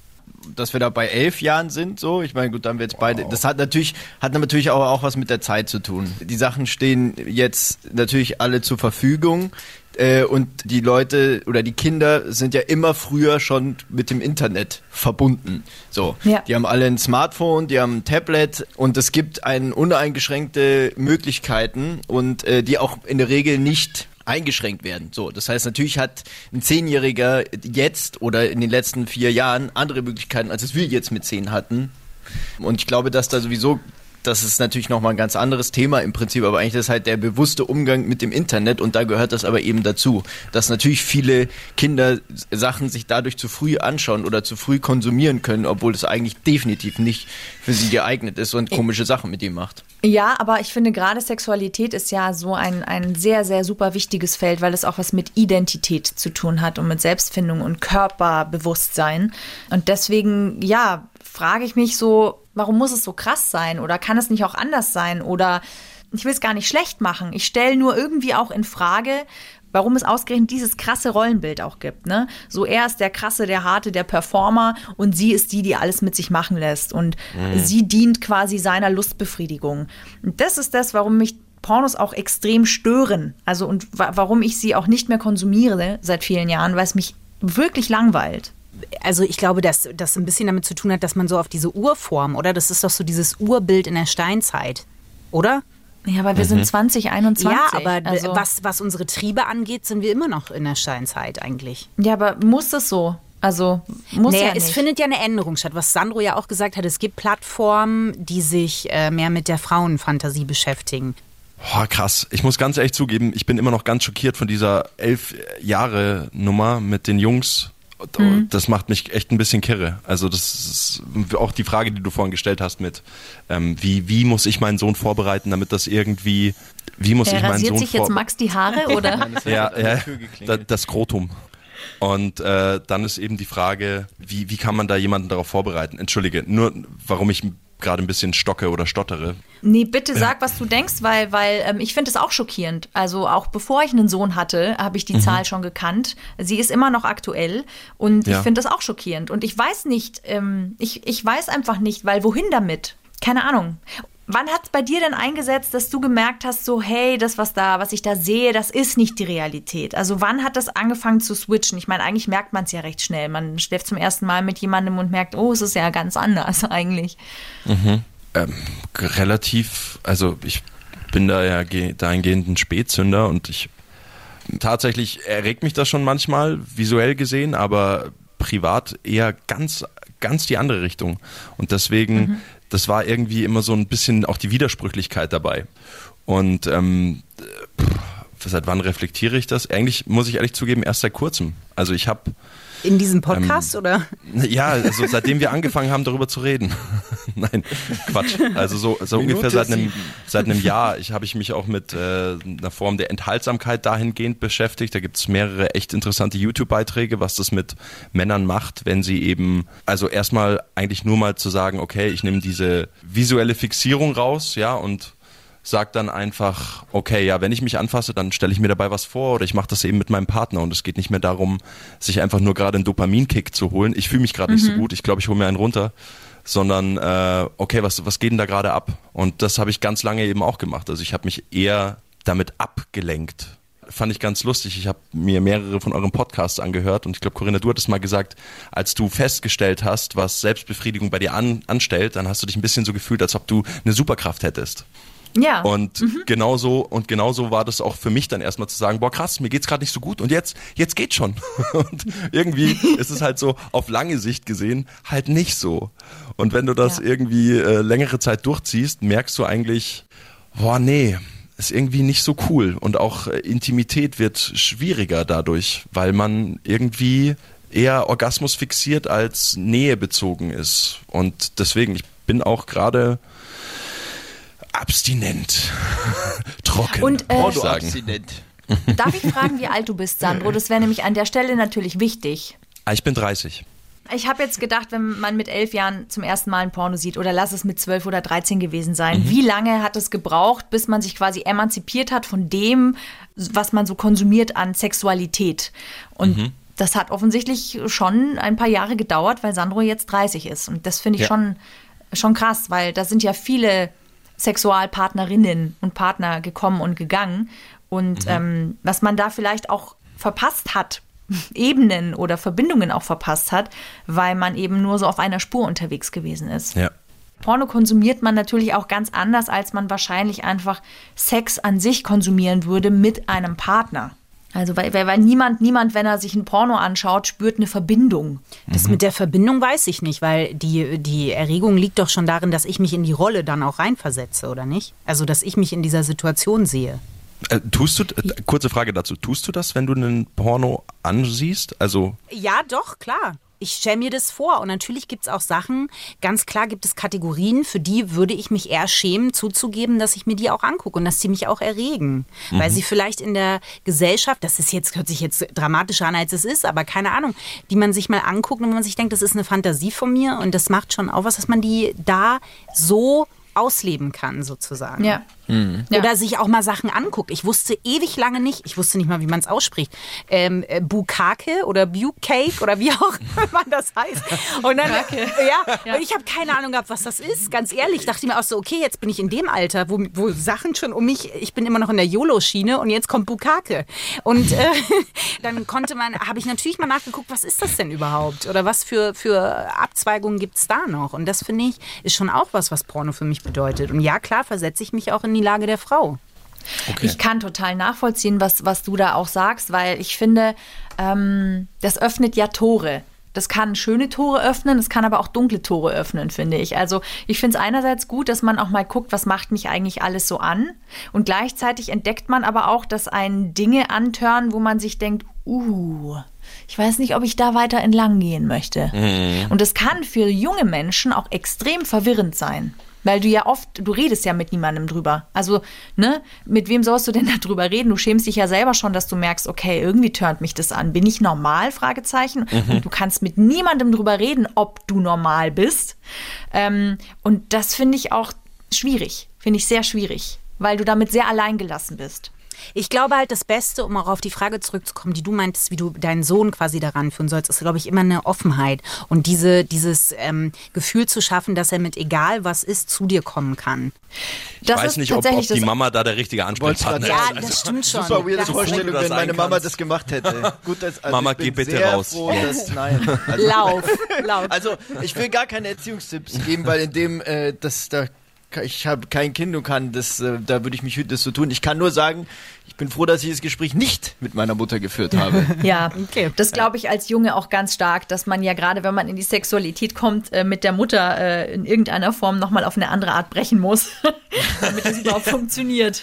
dass wir da bei elf Jahren sind, so. Ich meine, gut, da haben wir jetzt beide. Das hat natürlich, hat natürlich auch, auch was mit der Zeit zu tun. Die Sachen stehen jetzt natürlich alle zur Verfügung. Äh, und die Leute oder die Kinder sind ja immer früher schon mit dem Internet verbunden. So, ja. Die haben alle ein Smartphone, die haben ein Tablet und es gibt ein uneingeschränkte Möglichkeiten und äh, die auch in der Regel nicht eingeschränkt werden. So, das heißt, natürlich hat ein Zehnjähriger jetzt oder in den letzten vier Jahren andere Möglichkeiten, als es wir jetzt mit zehn hatten. Und ich glaube, dass da sowieso, das ist natürlich nochmal ein ganz anderes Thema im Prinzip, aber eigentlich ist das halt der bewusste Umgang mit dem Internet und da gehört das aber eben dazu, dass natürlich viele Kinder Sachen sich dadurch zu früh anschauen oder zu früh konsumieren können, obwohl das eigentlich definitiv nicht für sie geeignet ist und komische Sachen mit ihm macht. Ja, aber ich finde gerade Sexualität ist ja so ein, ein sehr, sehr super wichtiges Feld, weil es auch was mit Identität zu tun hat und mit Selbstfindung und Körperbewusstsein. Und deswegen, ja, frage ich mich so, warum muss es so krass sein? Oder kann es nicht auch anders sein? Oder ich will es gar nicht schlecht machen. Ich stelle nur irgendwie auch in Frage, warum es ausgerechnet dieses krasse Rollenbild auch gibt. Ne? So er ist der krasse, der harte, der Performer und sie ist die, die alles mit sich machen lässt. Und mhm. sie dient quasi seiner Lustbefriedigung. Und das ist das, warum mich Pornos auch extrem stören. Also und wa- warum ich sie auch nicht mehr konsumiere seit vielen Jahren, weil es mich wirklich langweilt. Also ich glaube, dass das ein bisschen damit zu tun hat, dass man so auf diese Urform, oder? Das ist doch so dieses Urbild in der Steinzeit, oder? Ja, aber wir mhm. sind zwanzig einundzwanzig. Ja, aber also, was, was unsere Triebe angeht, sind wir immer noch in der Steinzeit eigentlich. Ja, aber muss das so? Also muss naja, ja nicht. Es findet ja eine Änderung statt, was Sandro ja auch gesagt hat. Es gibt Plattformen, die sich äh, mehr mit der Frauenfantasie beschäftigen. Oh, krass. Ich muss ganz ehrlich zugeben, ich bin immer noch ganz schockiert von dieser elf Jahre Nummer mit den Jungs. Mhm. Das macht mich echt ein bisschen kirre. Also das ist auch die Frage, die du vorhin gestellt hast mit, ähm, wie, wie muss ich meinen Sohn vorbereiten, damit das irgendwie, wie muss Der ich meinen rasiert Sohn sich jetzt vor- Max die Haare, oder? ja, ja, da, das Skrotum. Und äh, dann ist eben die Frage, wie, wie kann man da jemanden darauf vorbereiten? Entschuldige, nur warum ich gerade ein bisschen stocke oder stottere. Nee, bitte sag, was du denkst, weil, weil ähm, ich finde es auch schockierend. Also auch bevor ich einen Sohn hatte, habe ich die mhm. Zahl schon gekannt. Sie ist immer noch aktuell und ja. ich finde das auch schockierend. Und ich weiß nicht, ähm, ich, ich weiß einfach nicht, weil wohin damit? Keine Ahnung. Wann hat es bei dir denn eingesetzt, dass du gemerkt hast, so hey, das, was da, was ich da sehe, das ist nicht die Realität? Also wann hat das angefangen zu switchen? Ich meine, eigentlich merkt man es ja recht schnell. Man schläft zum ersten Mal mit jemandem und merkt, oh, es ist ja ganz anders eigentlich. Mhm. Ähm, relativ, also ich bin da ja ge- dahingehend ein Spätzünder und ich tatsächlich erregt mich das schon manchmal, visuell gesehen, aber privat eher ganz, ganz die andere Richtung. Und deswegen, mhm. das war irgendwie immer so ein bisschen auch die Widersprüchlichkeit dabei. Und ähm, pff, seit wann reflektiere ich das? Eigentlich muss ich ehrlich zugeben, erst seit kurzem. Also ich habe in diesem Podcast, ähm, oder? Ja, also seitdem wir angefangen haben, darüber zu reden. Nein, Quatsch. Also so, so ungefähr seit einem, seit einem Jahr ich, habe ich mich auch mit äh, einer Form der Enthaltsamkeit dahingehend beschäftigt. Da gibt es mehrere echt interessante YouTube-Beiträge, was das mit Männern macht, wenn sie eben, also erstmal eigentlich nur mal zu sagen, okay, ich nehme diese visuelle Fixierung raus, ja, und sag dann einfach, okay, ja, wenn ich mich anfasse, dann stelle ich mir dabei was vor oder ich mache das eben mit meinem Partner und es geht nicht mehr darum, sich einfach nur gerade einen Dopaminkick zu holen. Ich fühle mich gerade mhm. nicht so gut, ich glaube, ich hole mir einen runter, sondern äh, okay, was, was geht denn da gerade ab? Und das habe ich ganz lange eben auch gemacht. Also ich habe mich eher damit abgelenkt. Fand ich ganz lustig. Ich habe mir mehrere von euren Podcasts angehört und ich glaube, Corinna, du hattest mal gesagt, als du festgestellt hast, was Selbstbefriedigung bei dir an, anstellt, dann hast du dich ein bisschen so gefühlt, als ob du eine Superkraft hättest. Ja. Und mhm. genauso und genauso war das auch für mich dann erstmal zu sagen, boah krass, mir geht's gerade nicht so gut und jetzt jetzt geht's schon. Und irgendwie ist es halt so auf lange Sicht gesehen halt nicht so. Und wenn du das ja. irgendwie äh, längere Zeit durchziehst, merkst du eigentlich, boah nee, ist irgendwie nicht so cool und auch äh, Intimität wird schwieriger dadurch, weil man irgendwie eher Orgasmus fixiert als Nähe bezogen ist. Und deswegen, ich bin auch gerade abstinent. Trocken, und, äh, muss ich sagen. Abstinent. Darf ich fragen, wie alt du bist, Sandro? Das wäre nämlich an der Stelle natürlich wichtig. Ich bin dreißig. Ich habe jetzt gedacht, wenn man mit elf Jahren zum ersten Mal ein Porno sieht oder lass es mit zwölf oder dreizehn gewesen sein, mhm. wie lange hat es gebraucht, bis man sich quasi emanzipiert hat von dem, was man so konsumiert an Sexualität? Und mhm. das hat offensichtlich schon ein paar Jahre gedauert, weil Sandro jetzt dreißig ist. Und das finde ich Ja. schon, schon krass, weil da sind ja viele Sexualpartnerinnen und Partner gekommen und gegangen. Und Mhm. ähm, was man da vielleicht auch verpasst hat, Ebenen oder Verbindungen auch verpasst hat, weil man eben nur so auf einer Spur unterwegs gewesen ist. Ja. Porno konsumiert man natürlich auch ganz anders, als man wahrscheinlich einfach Sex an sich konsumieren würde mit einem Partner. Also weil, weil, weil niemand, niemand, wenn er sich ein Porno anschaut, spürt eine Verbindung. Das mit der Verbindung weiß ich nicht, weil die, die Erregung liegt doch schon darin, dass ich mich in die Rolle dann auch reinversetze, oder nicht? Also, dass ich mich in dieser Situation sehe. Äh, tust du, äh, kurze Frage dazu, tust du das, wenn du einen Porno ansiehst? Also, Ja, doch, klar. Ich stelle mir das vor und natürlich gibt es auch Sachen, ganz klar gibt es Kategorien, für die würde ich mich eher schämen, zuzugeben, dass ich mir die auch angucke und dass die mich auch erregen. Mhm. Weil sie vielleicht in der Gesellschaft, das ist jetzt, hört sich jetzt dramatischer an, als es ist, aber keine Ahnung, die man sich mal anguckt und man sich denkt, das ist eine Fantasie von mir und das macht schon auch was, dass man die da so ausleben kann, sozusagen. Ja. Mhm. Oder sich auch mal Sachen anguckt. Ich wusste ewig lange nicht, ich wusste nicht mal, wie man es ausspricht. Ähm, äh, Bukake oder Bukake oder wie auch immer das heißt. Und dann, ja, ja. Und ich habe keine Ahnung gehabt, was das ist. Ganz ehrlich, dachte ich mir auch so, okay, jetzt bin ich in dem Alter, wo, wo Sachen schon um mich, ich bin immer noch in der YOLO-Schiene und jetzt kommt Bukake. Und äh, dann konnte man, habe ich natürlich mal nachgeguckt, was ist das denn überhaupt? Oder was für, für Abzweigungen gibt es da noch? Und das finde ich, ist schon auch was, was Porno für mich bedeutet. Und ja, klar, versetze ich mich auch in die Lage der Frau. okay. Ich kann total nachvollziehen, was, was du da auch sagst, weil ich finde, ähm, das öffnet ja Tore. Das kann schöne Tore öffnen, es kann aber auch dunkle Tore öffnen, finde ich. Also ich finde es einerseits gut, dass man auch mal guckt, was macht mich eigentlich alles so an. Und gleichzeitig entdeckt man aber auch, dass einen Dinge antören, wo man sich denkt, uh, ich weiß nicht, ob ich da weiter entlang gehen möchte. Mhm. Und das kann für junge Menschen auch extrem verwirrend sein. Weil du ja oft, du redest ja mit niemandem drüber. Also, ne, mit wem sollst du denn da drüber reden? Du schämst dich ja selber schon, dass du merkst, okay, irgendwie turnt mich das an. Bin ich normal? Fragezeichen. Mhm. Und du kannst mit niemandem drüber reden, ob du normal bist. Ähm, und das finde ich auch schwierig. Finde ich sehr schwierig. Weil du damit sehr alleingelassen bist. Ich glaube halt, das Beste, um auch auf die Frage zurückzukommen, die du meintest, wie du deinen Sohn quasi daran führen sollst, ist, glaube ich, immer eine Offenheit. Und diese, dieses ähm, Gefühl zu schaffen, dass er mit egal was ist, zu dir kommen kann. Ich das weiß ist nicht, ob, ob tatsächlich die das- Mama da der richtige Ansprechpartner ist. Ja, das stimmt schon. Super weirde Das ist- Vorstellung, das wenn meine sein Mama kannst. das gemacht hätte. Gut, dass, also Mama, ich bin geh bitte sehr raus. Froh, dass, nein. Also, Lauf, lauf. Also ich will gar keine Erziehungstipps geben, weil in dem, äh, das da, ich habe kein Kind und kann das, äh, da würde ich mich hüten, das zu tun. Ich kann nur sagen, ich bin froh, dass ich das Gespräch nicht mit meiner Mutter geführt habe. Ja, Okay. das glaube ich als Junge auch ganz stark, dass man ja gerade, wenn man in die Sexualität kommt, äh, mit der Mutter äh, in irgendeiner Form nochmal auf eine andere Art brechen muss, damit das überhaupt funktioniert.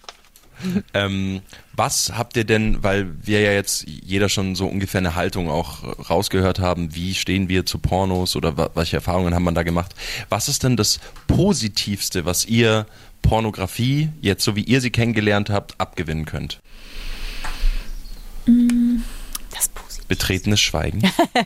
Ähm, was habt ihr denn, weil wir ja jetzt jeder schon so ungefähr eine Haltung auch rausgehört haben, wie stehen wir zu Pornos oder wa- welche Erfahrungen haben wir da gemacht? Was ist denn das Positivste, was ihr Pornografie, jetzt so wie ihr sie kennengelernt habt, abgewinnen könnt? Das Positive. Betretenes Schweigen.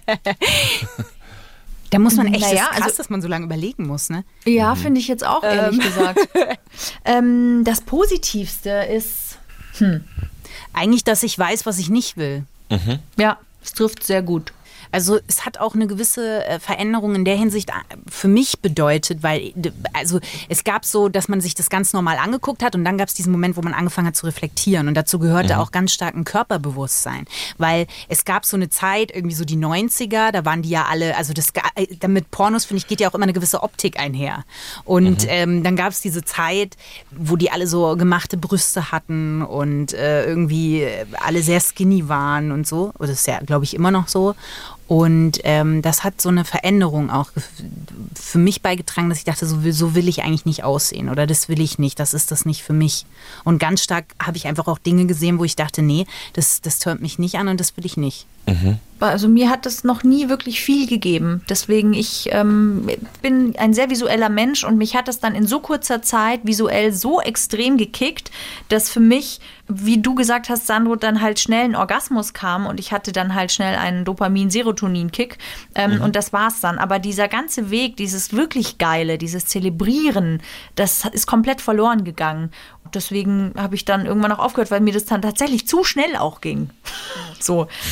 Da muss man echt, Naja, das ist krass, also- dass man so lange überlegen muss, ne? Ja, finde ich jetzt auch, ehrlich gesagt. ähm, das Positivste ist, Eigentlich, dass ich weiß, was ich nicht will. ja, es trifft sehr gut. Also es hat auch eine gewisse äh, Veränderung in der Hinsicht äh, für mich bedeutet, weil d- also es gab so, dass man sich das ganz normal angeguckt hat und dann gab es diesen Moment, wo man angefangen hat zu reflektieren und dazu gehörte auch ganz stark ein Körperbewusstsein, weil es gab so eine Zeit, irgendwie so die neunziger, da waren die ja alle, also das ga- äh, damit Pornos, finde ich, geht ja auch immer eine gewisse Optik einher und ähm, dann gab es diese Zeit, wo die alle so gemachte Brüste hatten und äh, irgendwie äh, alle sehr skinny waren und so, oder das ist ja, glaube ich, immer noch so. Und ähm, das hat so eine Veränderung auch gef- für mich beigetragen, dass ich dachte, so will, so will ich eigentlich nicht aussehen oder das will ich nicht, das ist das nicht für mich. Und ganz stark habe ich einfach auch Dinge gesehen, wo ich dachte, nee, das, das tönt mich nicht an und das will ich nicht. Also mir hat es noch nie wirklich viel gegeben. Deswegen, ich ähm, bin ein sehr visueller Mensch und mich hat es dann in so kurzer Zeit visuell so extrem gekickt, dass für mich, wie du gesagt hast, Sandro, dann halt schnell ein Orgasmus kam und ich hatte dann halt schnell einen Dopamin-Serotonin-Kick ähm, mhm. und das war's dann. Aber dieser ganze Weg, dieses wirklich Geile, dieses Zelebrieren, das ist komplett verloren gegangen. Und deswegen habe ich dann irgendwann auch aufgehört, weil mir das dann tatsächlich zu schnell auch ging. So.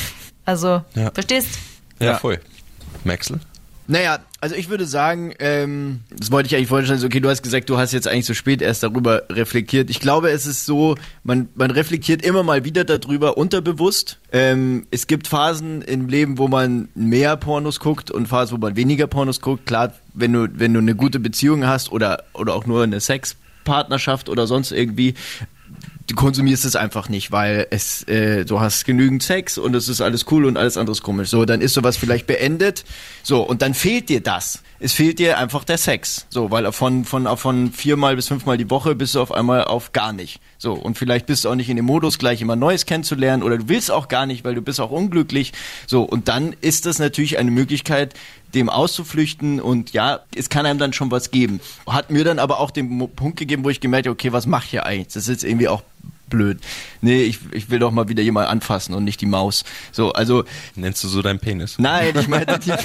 Also, Ja. verstehst? Ja, Ja. voll. Maxel? Naja, also ich würde sagen, ähm, das wollte ich eigentlich vorhin schon, okay, du hast gesagt, du hast jetzt eigentlich so spät erst darüber reflektiert. Ich glaube, es ist so, man, man reflektiert immer mal wieder darüber unterbewusst. Ähm, es gibt Phasen im Leben, wo man mehr Pornos guckt und Phasen, wo man weniger Pornos guckt. Klar, wenn du, wenn du eine gute Beziehung hast oder, oder auch nur eine Sexpartnerschaft oder sonst irgendwie, du konsumierst es einfach nicht, weil es, äh, du hast genügend Sex und es ist alles cool und alles andere ist komisch. So, dann ist sowas vielleicht beendet. So, und dann fehlt dir das. Es fehlt dir einfach der Sex. So, weil von, von, von viermal bis fünfmal die Woche bist du auf einmal auf gar nicht. So, und vielleicht bist du auch nicht in dem Modus, gleich immer Neues kennenzulernen oder du willst auch gar nicht, weil du bist auch unglücklich. So, und dann ist das natürlich eine Möglichkeit, dem auszuflüchten und ja, es kann einem dann schon was geben. Hat mir dann aber auch den Mo- Punkt gegeben, wo ich gemerkt habe, okay, was mach ich hier eigentlich? Das ist jetzt irgendwie auch blöd. Nee, ich, ich will doch mal wieder jemand anfassen und nicht die Maus. So, also, Nennst du so deinen Penis? nein, ich meinte die,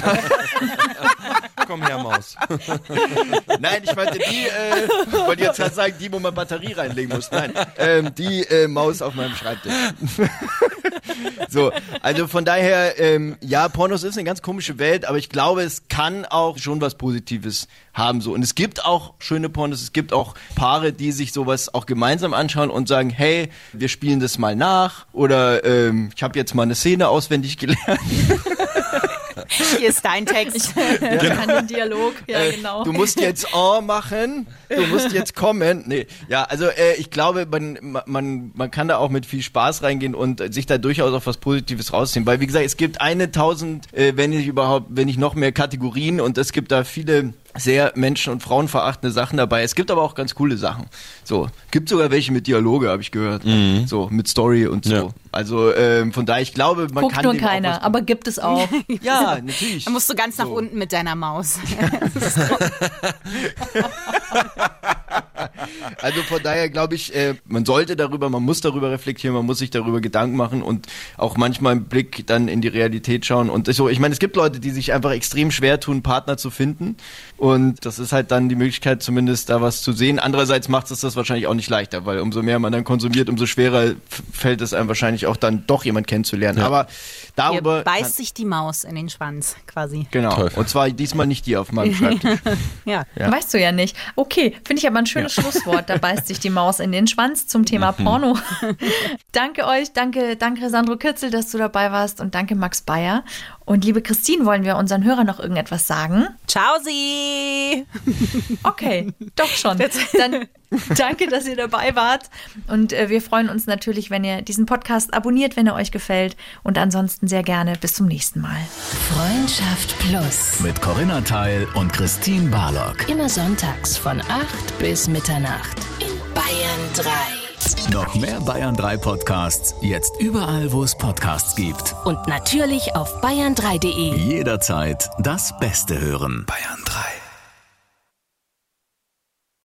Komm her, Maus. nein, ich meinte die, äh, wollte jetzt gerade sagen, die, wo man Batterie reinlegen muss. Nein, ähm, die äh, Maus auf meinem Schreibtisch. So, also von daher, ähm, ja, Pornos ist eine ganz komische Welt, aber ich glaube, es kann auch schon was Positives haben. So. Und es gibt auch schöne Pornos, es gibt auch Paare, die sich sowas auch gemeinsam anschauen und sagen, hey, wir spielen das mal nach oder ähm, ich habe jetzt mal eine Szene auswendig gelernt. Hier ist dein Text. Ich kann den Dialog, ja, Äh, genau. Du musst jetzt oh machen, du musst jetzt kommen. Nee, ja, also äh, ich glaube, man, man, man kann da auch mit viel Spaß reingehen und sich da durchaus auch was Positives rausziehen. Weil wie gesagt, es gibt eine tausend, äh, wenn nicht überhaupt, wenn nicht noch mehr Kategorien und es gibt da viele sehr menschen- und frauenverachtende Sachen dabei. Es gibt aber auch ganz coole Sachen. So, gibt sogar welche mit Dialoge, habe ich gehört. Mhm. So, mit Story und so. Ja. Also ähm, von daher, ich glaube, man Guckt kann nur dem auch keiner, was- aber gibt es auch. ja, natürlich. Da musst du ganz nach So. unten mit deiner Maus. Also von daher glaube ich, äh, man sollte darüber, man muss darüber reflektieren, man muss sich darüber Gedanken machen und auch manchmal einen Blick dann in die Realität schauen. Und so, ich meine, es gibt Leute, die sich einfach extrem schwer tun, Partner zu finden. Und das ist halt dann die Möglichkeit, zumindest da was zu sehen. Andererseits macht es das wahrscheinlich auch nicht leichter, weil umso mehr man dann konsumiert, umso schwerer f- fällt es einem wahrscheinlich auch dann doch jemand kennenzulernen. Ja. Aber Hier darüber... beißt sich die Maus in den Schwanz quasi. Genau. Teufel. Und zwar diesmal nicht die auf meinem Schreibtisch. Ja. Ja. Weißt du ja nicht. Okay, finde ich aber ein schönes Schlusswort. Da beißt sich die Maus in den Schwanz zum Thema Porno. Danke euch, danke, danke Sandro Kürzel, dass du dabei warst und danke Max Bayer. Und liebe Christine, wollen wir unseren Hörern noch irgendetwas sagen? Ciao Sie! Okay, doch schon. Dann danke, dass ihr dabei wart. Und äh, wir freuen uns natürlich, wenn ihr diesen Podcast abonniert, wenn er euch gefällt. Und ansonsten sehr gerne bis zum nächsten Mal. Freundschaft Plus. Mit Corinna Teil und Christine Barlock. Immer sonntags von acht bis Mitternacht in Bayern drei. Noch mehr Bayern drei Podcasts, jetzt überall, wo es Podcasts gibt. Und natürlich auf bayern drei punkt de. Jederzeit das Beste hören. Bayern